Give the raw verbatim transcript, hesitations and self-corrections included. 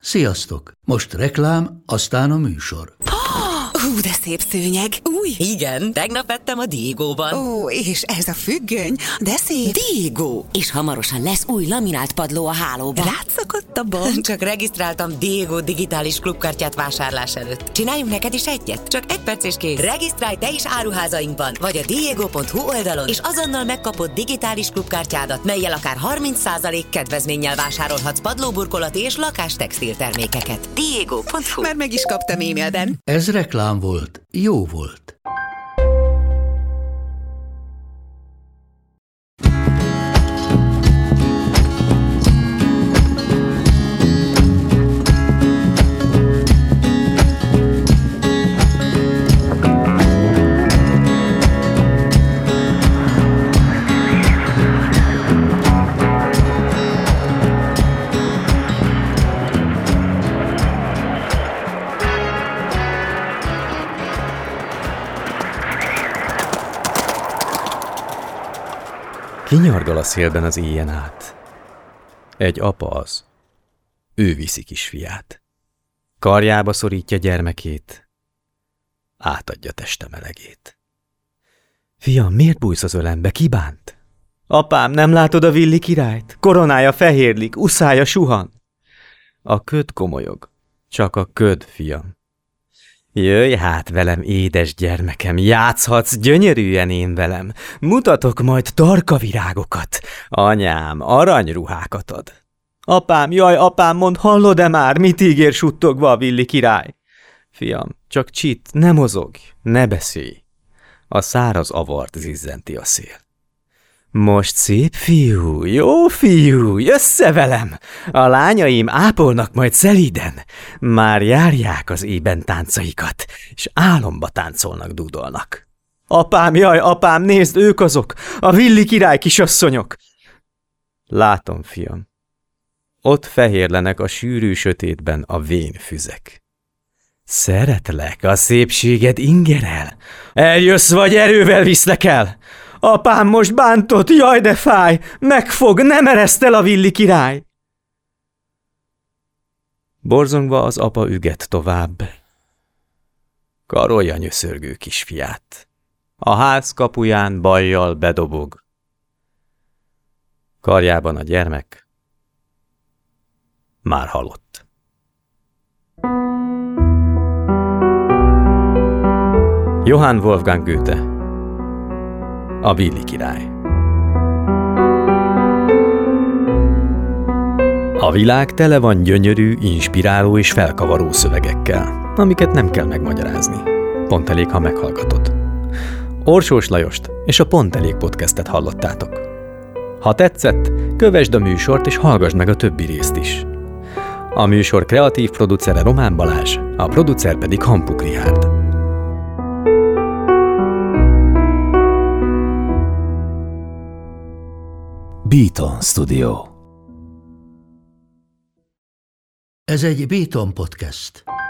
Sziasztok! Most reklám, aztán a műsor. Hú, de szép szőnyeg. Új? Igen, tegnap vettem a Diegóban. Ó, és ez a függöny, de szép. Diegó! És hamarosan lesz új laminált padló a hálóban. Rátszakadt a bank. Csak regisztráltam Diegó digitális klubkártyát vásárlás előtt. Csináljunk neked is egyet? Csak egy perc és kész. Regisztrálj te is áruházainkban, vagy a diego pont hu oldalon, és azonnal megkapod digitális klubkártyádat, mellyel akár harminc százalék kedvezménnyel vásárolhatsz padlóburkolati és lakástextil termékeket. diego pont hu. Már meg is kaptam e-mailben. Ez reklám volt, jó volt. Kinyargal a szélben az éjjen át. Egy apa az. Ő viszi kisfiát. Karjába szorítja gyermekét. Átadja teste melegét. Fiam, miért bújsz az ölembe? Ki bánt? Apám, nem látod a Villi királyt? Koronája fehérlik, uszája suhan. A köd komolyog. Csak a köd, fiam. Jöjj hát velem, édes gyermekem, játszhatsz gyönyörűen én velem. Mutatok majd tarkavirágokat. Anyám, aranyruhákat ad. Apám, jaj, apám, mondd, hallod-e már, mit ígér suttogva a Villi király? Fiam, csak csit, ne mozogj, ne beszélj. A száraz avart zizzenti a szél. Most szép fiú, jó fiú, jössz velem! A lányaim ápolnak majd szelíden. Már járják az ében táncaikat, és álomba táncolnak, dúdolnak. Apám, jaj, apám, nézd, ők azok, a Villi király kisasszonyok! Látom, fiam. Ott fehérlenek a sűrű sötétben a vén füzek. Szeretlek, a szépséged ingerel. Eljössz, vagy erővel viszlek el? Apám most bántott, jaj de fáj, megfog, nem ereszt el a Villi király. Borzongva az apa üget tovább. Karolja nyöszörgő kisfiát. A ház kapuján bajjal bedobog. Karjában a gyermek már halott. Johann Wolfgang Goethe. A Villi király. A világ tele van gyönyörű, inspiráló és felkavaró szövegekkel, amiket nem kell megmagyarázni. Pont elég, ha meghallgatod. Orsós Lajost és a Pont Elég podcastet hallottátok. Ha tetszett, kövesd a műsort és hallgass meg a többi részt is. A műsor kreatív producere Román Balázs, a producer pedig Hampuk Richárd. Beaton Studio. Ez egy Beaton podcast.